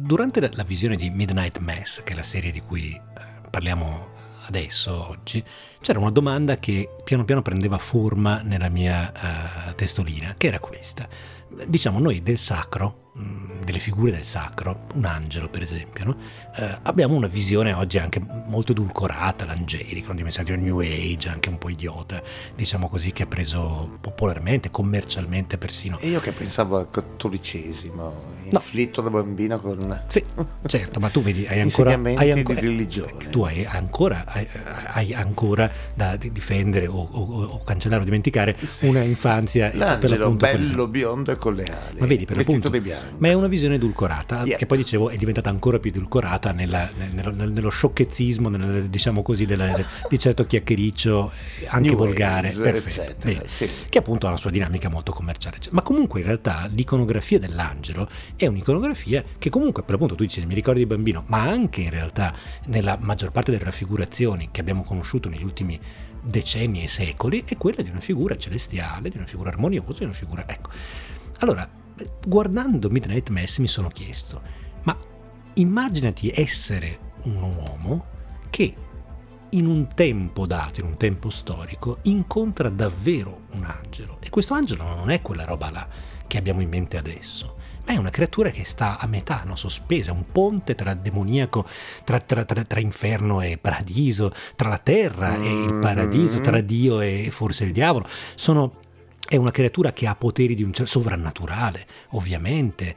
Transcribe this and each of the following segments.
durante la visione di Midnight Mass, che è la serie di cui parliamo adesso, oggi, c'era una domanda che piano piano prendeva forma nella mia testolina, che era questa. Diciamo, noi del sacro, delle figure del sacro, un angelo per esempio, no? Abbiamo una visione oggi anche molto edulcorata, l'angelica, una dimensione del New Age, anche un po' idiota, diciamo così, che ha preso popolarmente, commercialmente persino. E io che pensavo al cattolicesimo, inflitto da bambino con... Sì, certo, ma tu vedi, hai ancora di religione. Tu hai ancora da difendere o cancellare o dimenticare una infanzia. L'angelo bello biondo e con le ali, ma vedi, per vestito appunto, di bianco. Ma è una visione edulcorata, che poi dicevo è diventata ancora più edulcorata nello sciocchezzismo, diciamo così, di certo chiacchiericcio, anche New volgare, Age, perfetto, eccetera, sì. che appunto ha una sua dinamica molto commerciale. Ma comunque in realtà l'iconografia dell'angelo è un'iconografia che comunque, per l'appunto, tu dici mi ricordi di bambino, ma anche in realtà nella maggior parte delle raffigurazioni che abbiamo conosciuto negli ultimi decenni e secoli è quella di una figura celestiale, di una figura armoniosa, di una figura, ecco. Allora, guardando Midnight Mass mi sono chiesto, ma immaginati essere un uomo che in un tempo dato, in un tempo storico, incontra davvero un angelo, e questo angelo non è quella roba là che abbiamo in mente adesso, ma è una creatura che sta a metà, no? Sospesa, un ponte tra demoniaco, tra inferno e paradiso, tra la terra e il paradiso, tra Dio e forse il diavolo. È una creatura che ha poteri di un sovrannaturale, ovviamente,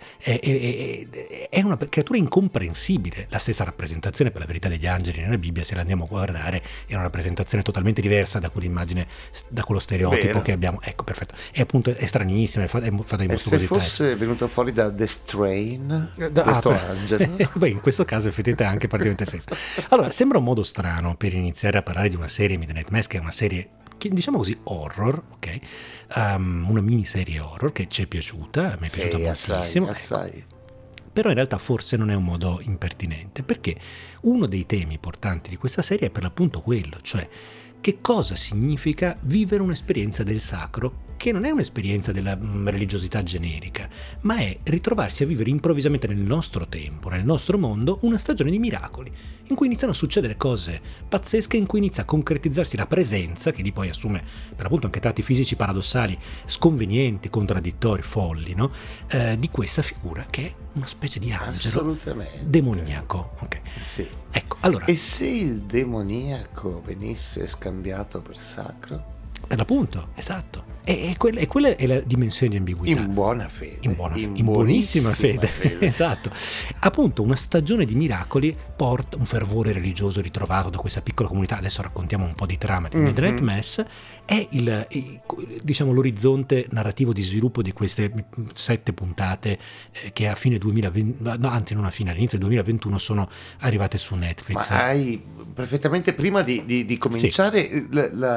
è una creatura incomprensibile. La stessa rappresentazione, per la verità, degli angeli nella Bibbia, se la andiamo a guardare, è una rappresentazione totalmente diversa da quell'immagine, da quello stereotipo Vero. Che abbiamo. Ecco, perfetto. È appunto è stranissima, è fatta di E se fosse venuto fuori da The Strain, questo angelo? Beh, in questo caso effettivamente ha anche praticamente senso. Allora, sembra un modo strano per iniziare a parlare di una serie Midnight Mass, che è una serie che, diciamo così, horror, ok? Una miniserie horror che ci è piaciuta, mi è piaciuta moltissimo. Assai. Però in realtà forse non è un modo impertinente, perché uno dei temi portanti di questa serie è per l'appunto quello, cioè che cosa significa vivere un'esperienza del sacro, che non è un'esperienza della religiosità generica, ma è ritrovarsi a vivere improvvisamente nel nostro tempo, nel nostro mondo, una stagione di miracoli, in cui iniziano a succedere cose pazzesche, in cui inizia a concretizzarsi la presenza, che lì poi assume per l'appunto anche tratti fisici paradossali, sconvenienti, contraddittori, folli, no? Di questa figura che è una specie di angelo. Assolutamente. Demoniaco. Okay. Sì. Ecco, allora, e se il demoniaco venisse scambiato per sacro? Per l'appunto, esatto. E quella è la dimensione di ambiguità. In buona fede. In buonissima fede. Esatto. Appunto, una stagione di miracoli porta un fervore religioso ritrovato da questa piccola comunità. Adesso raccontiamo un po' di trama di Midnight Mass. È diciamo l'orizzonte narrativo di sviluppo di queste 7 puntate che a fine 2020, no, anzi non a fine, all'inizio del 2021 sono arrivate su Netflix. Ma hai perfettamente, prima di cominciare, sì.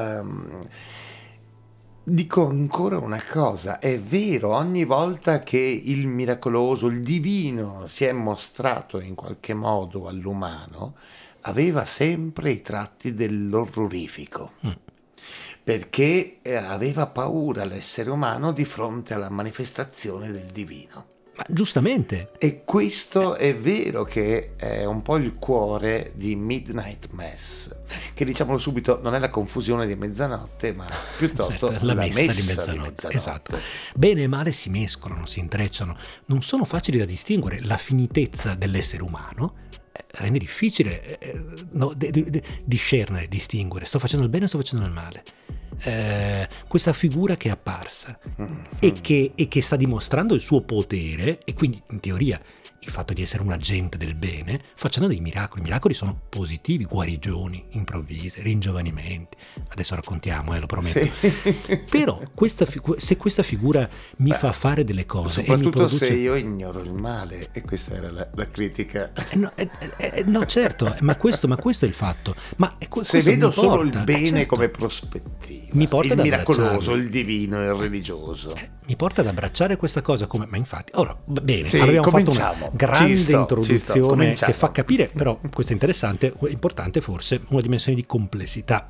Dico ancora una cosa, è vero, ogni volta che il miracoloso, il divino si è mostrato in qualche modo all'umano, aveva sempre i tratti dell'orrorifico, perché aveva paura l'essere umano di fronte alla manifestazione del divino. Ma giustamente. E questo è vero che è un po' il cuore di Midnight Mass, che diciamolo subito non è la confusione di mezzanotte, ma piuttosto certo, la messa di mezzanotte. Esatto. Bene e male si mescolano, si intrecciano, non sono facili da distinguere. La finitezza dell'essere umano rende difficile discernere, distinguere. Sto facendo il bene o sto facendo il male? Questa figura che è apparsa e che sta dimostrando il suo potere, e quindi in teoria il fatto di essere un agente del bene, facendo dei miracoli. I miracoli sono positivi, guarigioni improvvise, ringiovanimenti. Adesso raccontiamo, lo prometto. Sì. Però se questa figura mi fa fare delle cose, soprattutto e mi produce... se io ignoro il male, e questa era la critica. No, certo, ma questo è il fatto. Ma se vedo solo il bene, certo, come prospettiva, mi porta il miracoloso, il divino, il religioso, mi porta ad abbracciare questa cosa come... Ma infatti, ora, bene, sì, abbiamo fatto una grande introduzione che fa capire, però questo è interessante, importante forse, una dimensione di complessità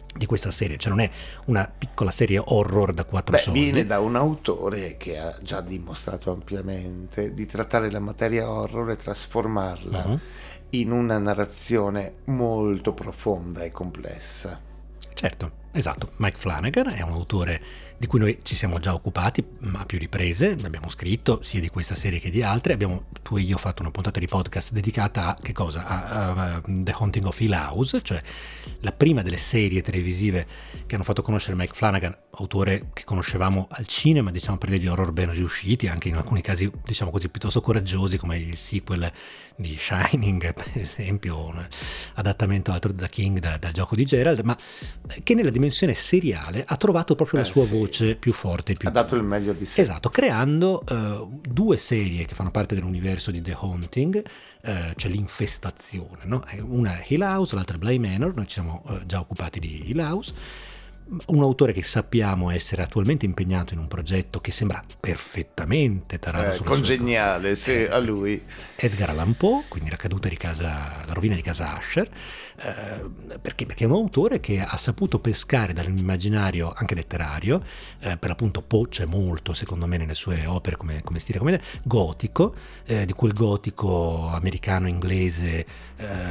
di questa serie, cioè non è una piccola serie horror da 4 soldi. Viene da un autore che ha già dimostrato ampiamente di trattare la materia horror e trasformarla in una narrazione molto profonda e complessa. Certo, esatto. Mike Flanagan è un autore di cui noi ci siamo già occupati a più riprese, abbiamo scritto sia di questa serie che di altre, tu e io fatto una puntata di podcast dedicata a che cosa? A The Haunting of Hill House, cioè la prima delle serie televisive che hanno fatto conoscere Mike Flanagan, autore che conoscevamo al cinema, diciamo, per degli horror ben riusciti, anche in alcuni casi, diciamo così, piuttosto coraggiosi, come il sequel di Shining, per esempio, un adattamento altro da King dal gioco di Gerald, ma che nella dimensione seriale ha trovato proprio la sua voce più forte, più ha dato il meglio di sé. Esatto, creando 2 serie che fanno parte dell'universo di The Haunting, cioè l'infestazione, no? Una è Hill House, l'altra è Bly Manor. Noi ci siamo già occupati di Hill House. Un autore che sappiamo essere attualmente impegnato in un progetto che sembra perfettamente tarato sulla congeniale a lui, Edgar Allan Poe, quindi la rovina di casa Usher, perché è un autore che ha saputo pescare dall'immaginario anche letterario, per l'appunto Poe c'è molto secondo me nelle sue opere come stile gotico, di quel gotico americano-inglese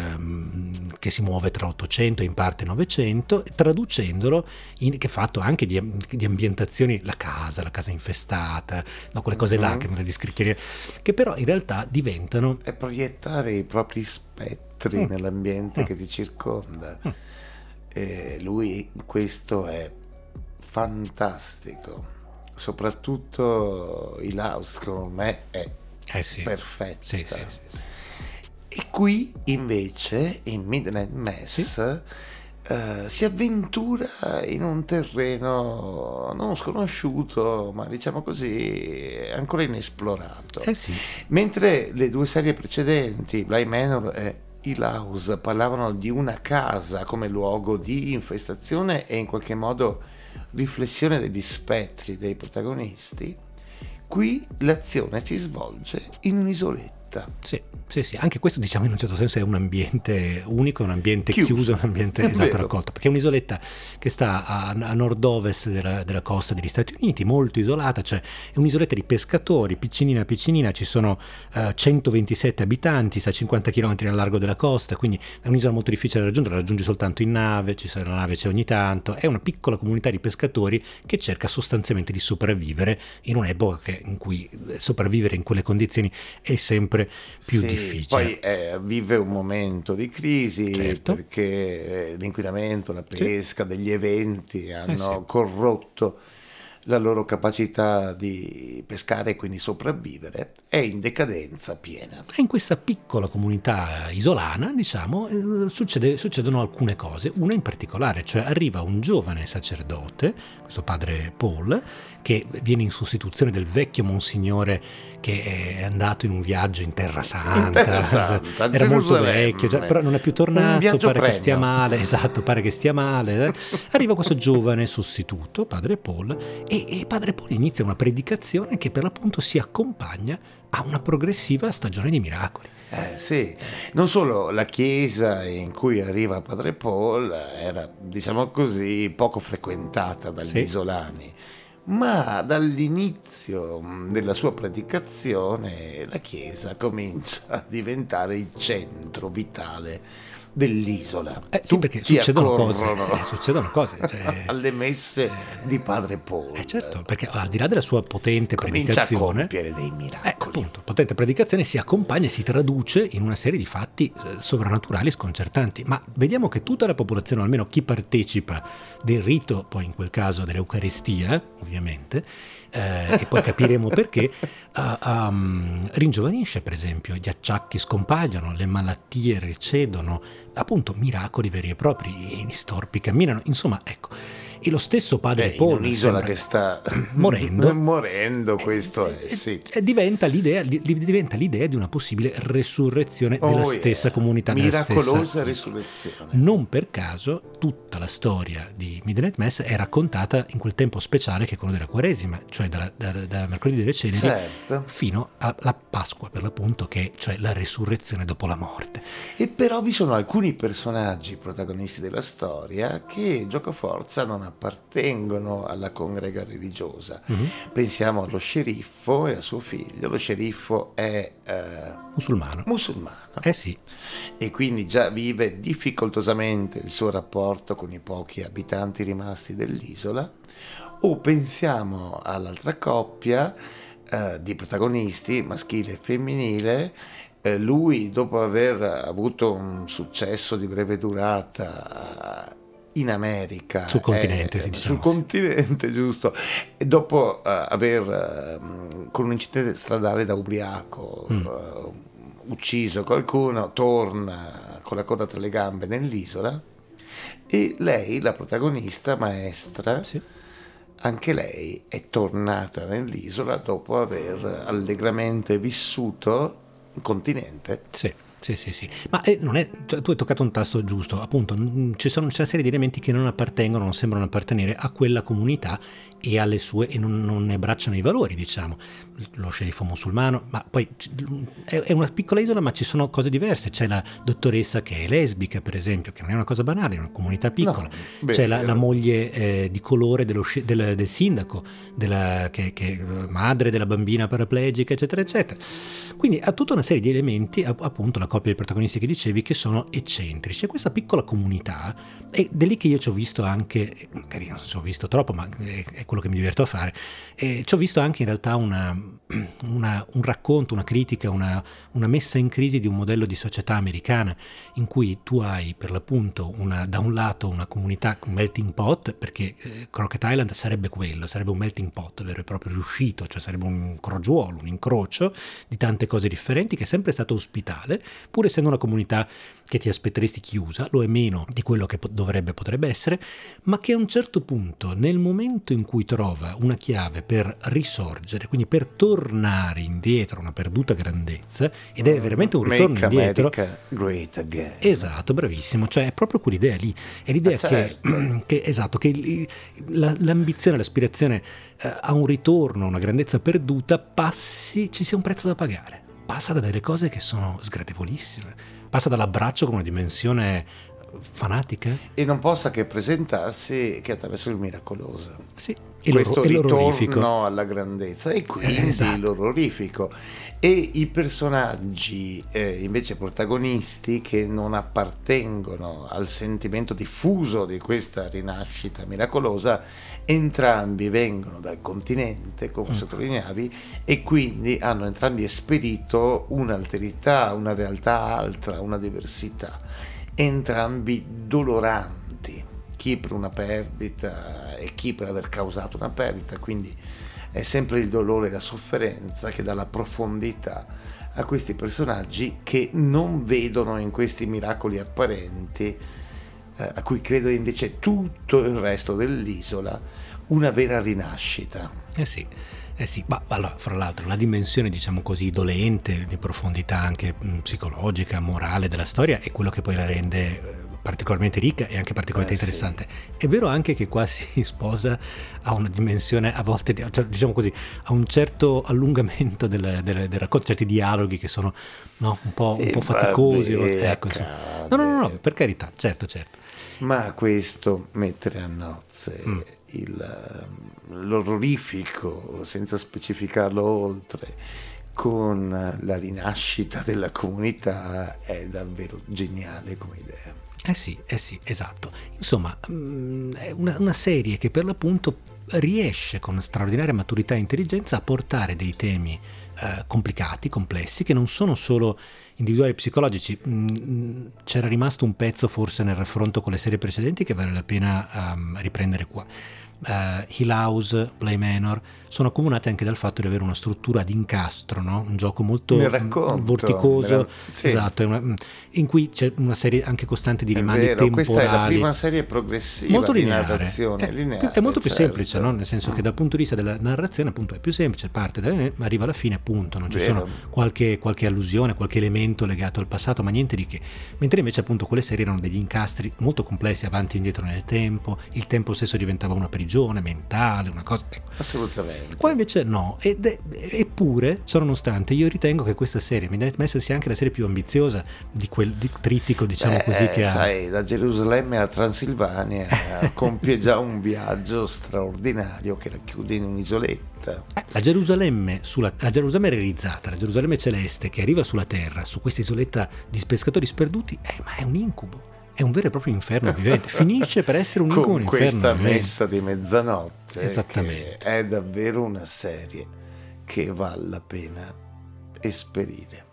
che si muove tra 800 e in parte 900, traducendolo che è fatto anche di ambientazioni, la casa infestata, no, quelle cose là di scricchiere, che però in realtà diventano è proiettare i propri spettri nell'ambiente che ti circonda. E lui questo è fantastico, soprattutto Hill House con me è perfetta. Sì. E qui invece in Midnight Mass si avventura in un terreno non sconosciuto, ma diciamo così ancora inesplorato. Mentre le 2 serie precedenti, Bly Manor e Hill House, parlavano di una casa come luogo di infestazione e in qualche modo riflessione degli spettri dei protagonisti, qui l'azione si svolge in un'isoletta. Sì, anche questo diciamo in un certo senso è un ambiente unico, un ambiente chiuso, un ambiente raccolto, perché è un'isoletta che sta a nord-ovest della costa degli Stati Uniti, molto isolata, cioè è un'isoletta di pescatori, piccinina, ci sono 127 abitanti, sta a 50 km al largo della costa, quindi è un'isola molto difficile da raggiungere, la raggiungi soltanto in nave, la nave c'è ogni tanto, è una piccola comunità di pescatori che cerca sostanzialmente di sopravvivere in un'epoca in cui sopravvivere in quelle condizioni è sempre più difficile. Poi vive un momento di crisi, perché l'inquinamento, la pesca, degli eventi hanno corrotto la loro capacità di pescare e quindi sopravvivere, è in decadenza piena. E in questa piccola comunità isolana, diciamo, succedono alcune cose. Una in particolare, cioè arriva un giovane sacerdote, questo padre Paul, che viene in sostituzione del vecchio monsignore che è andato in un viaggio in Terra Santa, era molto vecchio, però non è più tornato, che stia male, pare che stia male. Arriva questo giovane sostituto, padre Paul, e padre Paul inizia una predicazione che per l'appunto si accompagna a una progressiva stagione di miracoli. Non solo la chiesa in cui arriva padre Paul era, diciamo così, poco frequentata dagli isolani, ma dall'inizio della sua predicazione la chiesa comincia a diventare il centro vitale dell'isola. Perché succedono cose cioè, alle messe di padre Paul. Certo, perché al di là della sua potente comincia predicazione, a compiere dei miracoli. Appunto, potente predicazione si accompagna e si traduce in una serie di fatti sovrannaturali sconcertanti. Ma vediamo che tutta la popolazione, o almeno chi partecipa del rito, poi in quel caso dell'Eucaristia, ovviamente, e poi capiremo perché, ringiovanisce, per esempio, gli acciacchi scompaiono, le malattie recedono, appunto miracoli veri e propri, gli storpi camminano, insomma, ecco. E lo stesso padre Paul, in un'isola che sta morendo, questo è diventa l'idea di una possibile resurrezione della stessa comunità, miracolosa resurrezione. Non per caso tutta la storia di Midnight Mass è raccontata in quel tempo speciale che è quello della Quaresima, cioè da mercoledì delle ceneri fino alla Pasqua, per l'appunto, che cioè la resurrezione dopo la morte. E però vi sono alcuni alcuni personaggi protagonisti della storia che giocoforza non appartengono alla congrega religiosa. Pensiamo allo sceriffo e a suo figlio. Lo sceriffo è musulmano. Sì. E quindi già vive difficoltosamente il suo rapporto con i pochi abitanti rimasti dell'isola. O pensiamo all'altra coppia di protagonisti, maschile e femminile. Lui, dopo aver avuto un successo di breve durata in America, sul continente, sul continente, giusto, e dopo aver con un incidente stradale da ubriaco ucciso qualcuno, torna con la coda tra le gambe nell'isola, e lei, la protagonista Maestra, sì, anche lei è tornata nell'isola dopo aver allegramente vissuto il continente. Sì. Ma non è, cioè, tu hai toccato un tasto giusto, appunto. C'è una serie di elementi che non appartengono, non sembrano appartenere a quella comunità e alle sue, e non ne abbracciano i valori, diciamo. Lo sceriffo musulmano, ma poi è una piccola isola, ma ci sono cose diverse. C'è la dottoressa che è lesbica, per esempio, che non è una cosa banale, è una comunità piccola. No, c'è la moglie di colore del sindaco, che è madre della bambina paraplegica, eccetera eccetera. Quindi ha tutta una serie di elementi, appunto la coppia di protagonisti che dicevi, che sono eccentrici. E questa piccola comunità, ed è lì che io ci ho visto anche, magari non ci ho visto troppo, ma è quello che mi diverto a fare, ci ho visto anche in realtà un racconto, una critica, una messa in crisi di un modello di società americana, in cui tu hai per l'appunto da un lato una comunità, un melting pot, perché Crockett Island sarebbe un melting pot vero e proprio, riuscito, cioè sarebbe un crogiuolo, un incrocio di tante cose differenti, che è sempre stato ospitale, pur essendo una comunità che ti aspetteresti chiusa, lo è meno di quello che potrebbe essere, ma che a un certo punto, nel momento in cui trova una chiave per risorgere, quindi per tornare indietro a una perduta grandezza, ed è veramente un ritorno Make indietro. America Great Again. Esatto, bravissimo, cioè è proprio quell'idea lì, è l'idea certo. che l'ambizione, l'aspirazione a un ritorno, a una grandezza perduta, ci sia un prezzo da pagare, passa da delle cose che sono sgradevolissime, passa dall'abbraccio con una dimensione fanatica E non possa che presentarsi che attraverso il miracoloso. Sì, Questo l'orrorifico. ritorno alla grandezza e quindi esatto. l'orrorifico. E i personaggi invece protagonisti, che non appartengono al sentimento diffuso di questa rinascita miracolosa, entrambi vengono dal continente, come sottolineavi, e quindi hanno entrambi esperito un'alterità, una realtà altra, una diversità, entrambi doloranti, chi per una perdita e chi per aver causato una perdita, quindi è sempre il dolore e la sofferenza che dà la profondità a questi personaggi, che non vedono in questi miracoli apparenti, a cui credo invece tutto il resto dell'isola, una vera rinascita. Sì, ma allora, fra l'altro, la dimensione, diciamo così, dolente, di profondità anche psicologica, morale della storia, è quello che poi la rende particolarmente ricca e anche particolarmente interessante. È vero anche che qua si sposa a una dimensione, a volte, cioè, diciamo così, a un certo allungamento del racconto, certi dialoghi che sono un po' faticosi. Ecco, sì. No, per carità, certo. Ma questo mettere a nozze l'orrorifico, senza specificarlo oltre, con la rinascita della comunità, è davvero geniale come idea. Sì, esatto. Insomma, è una serie che per l'appunto riesce con straordinaria maturità e intelligenza a portare dei temi complicati, complessi, che non sono solo individuali psicologici. C'era rimasto un pezzo forse nel raffronto con le serie precedenti che vale la pena riprendere qua. Hill House, Bly Manor sono accomunate anche dal fatto di avere una struttura ad incastro, no? Un gioco molto vorticoso, esatto, in cui c'è una serie anche costante di rimandi temporali. Questa è la prima serie progressiva molto di lineare. narrazione lineare, è molto più semplice, no? Nel senso che dal punto di vista della narrazione appunto è più semplice, parte da me, ma arriva alla fine appunto, non ci Vero. sono qualche allusione, qualche elemento legato al passato, ma niente di che. Mentre invece appunto quelle serie erano degli incastri molto complessi avanti e indietro nel tempo, il tempo stesso diventava una prigione mentale, una cosa, ecco. Assolutamente. Qua invece no, eppure, nonostante, io ritengo che questa serie, Midnight Mass, sia anche la serie più ambiziosa di quel trittico, diciamo così, che ha. Sai, da Gerusalemme a Transilvania compie già un viaggio straordinario che racchiude in un'isoletta. La Gerusalemme realizzata, la Gerusalemme celeste che arriva sulla terra, su questa isoletta di pescatori sperduti, ma è un incubo. È un vero e proprio inferno vivente. Finisce per essere un incubo, Con un inferno questa vivente. messa di mezzanotte, Esattamente. che è davvero una serie che vale la pena esperire.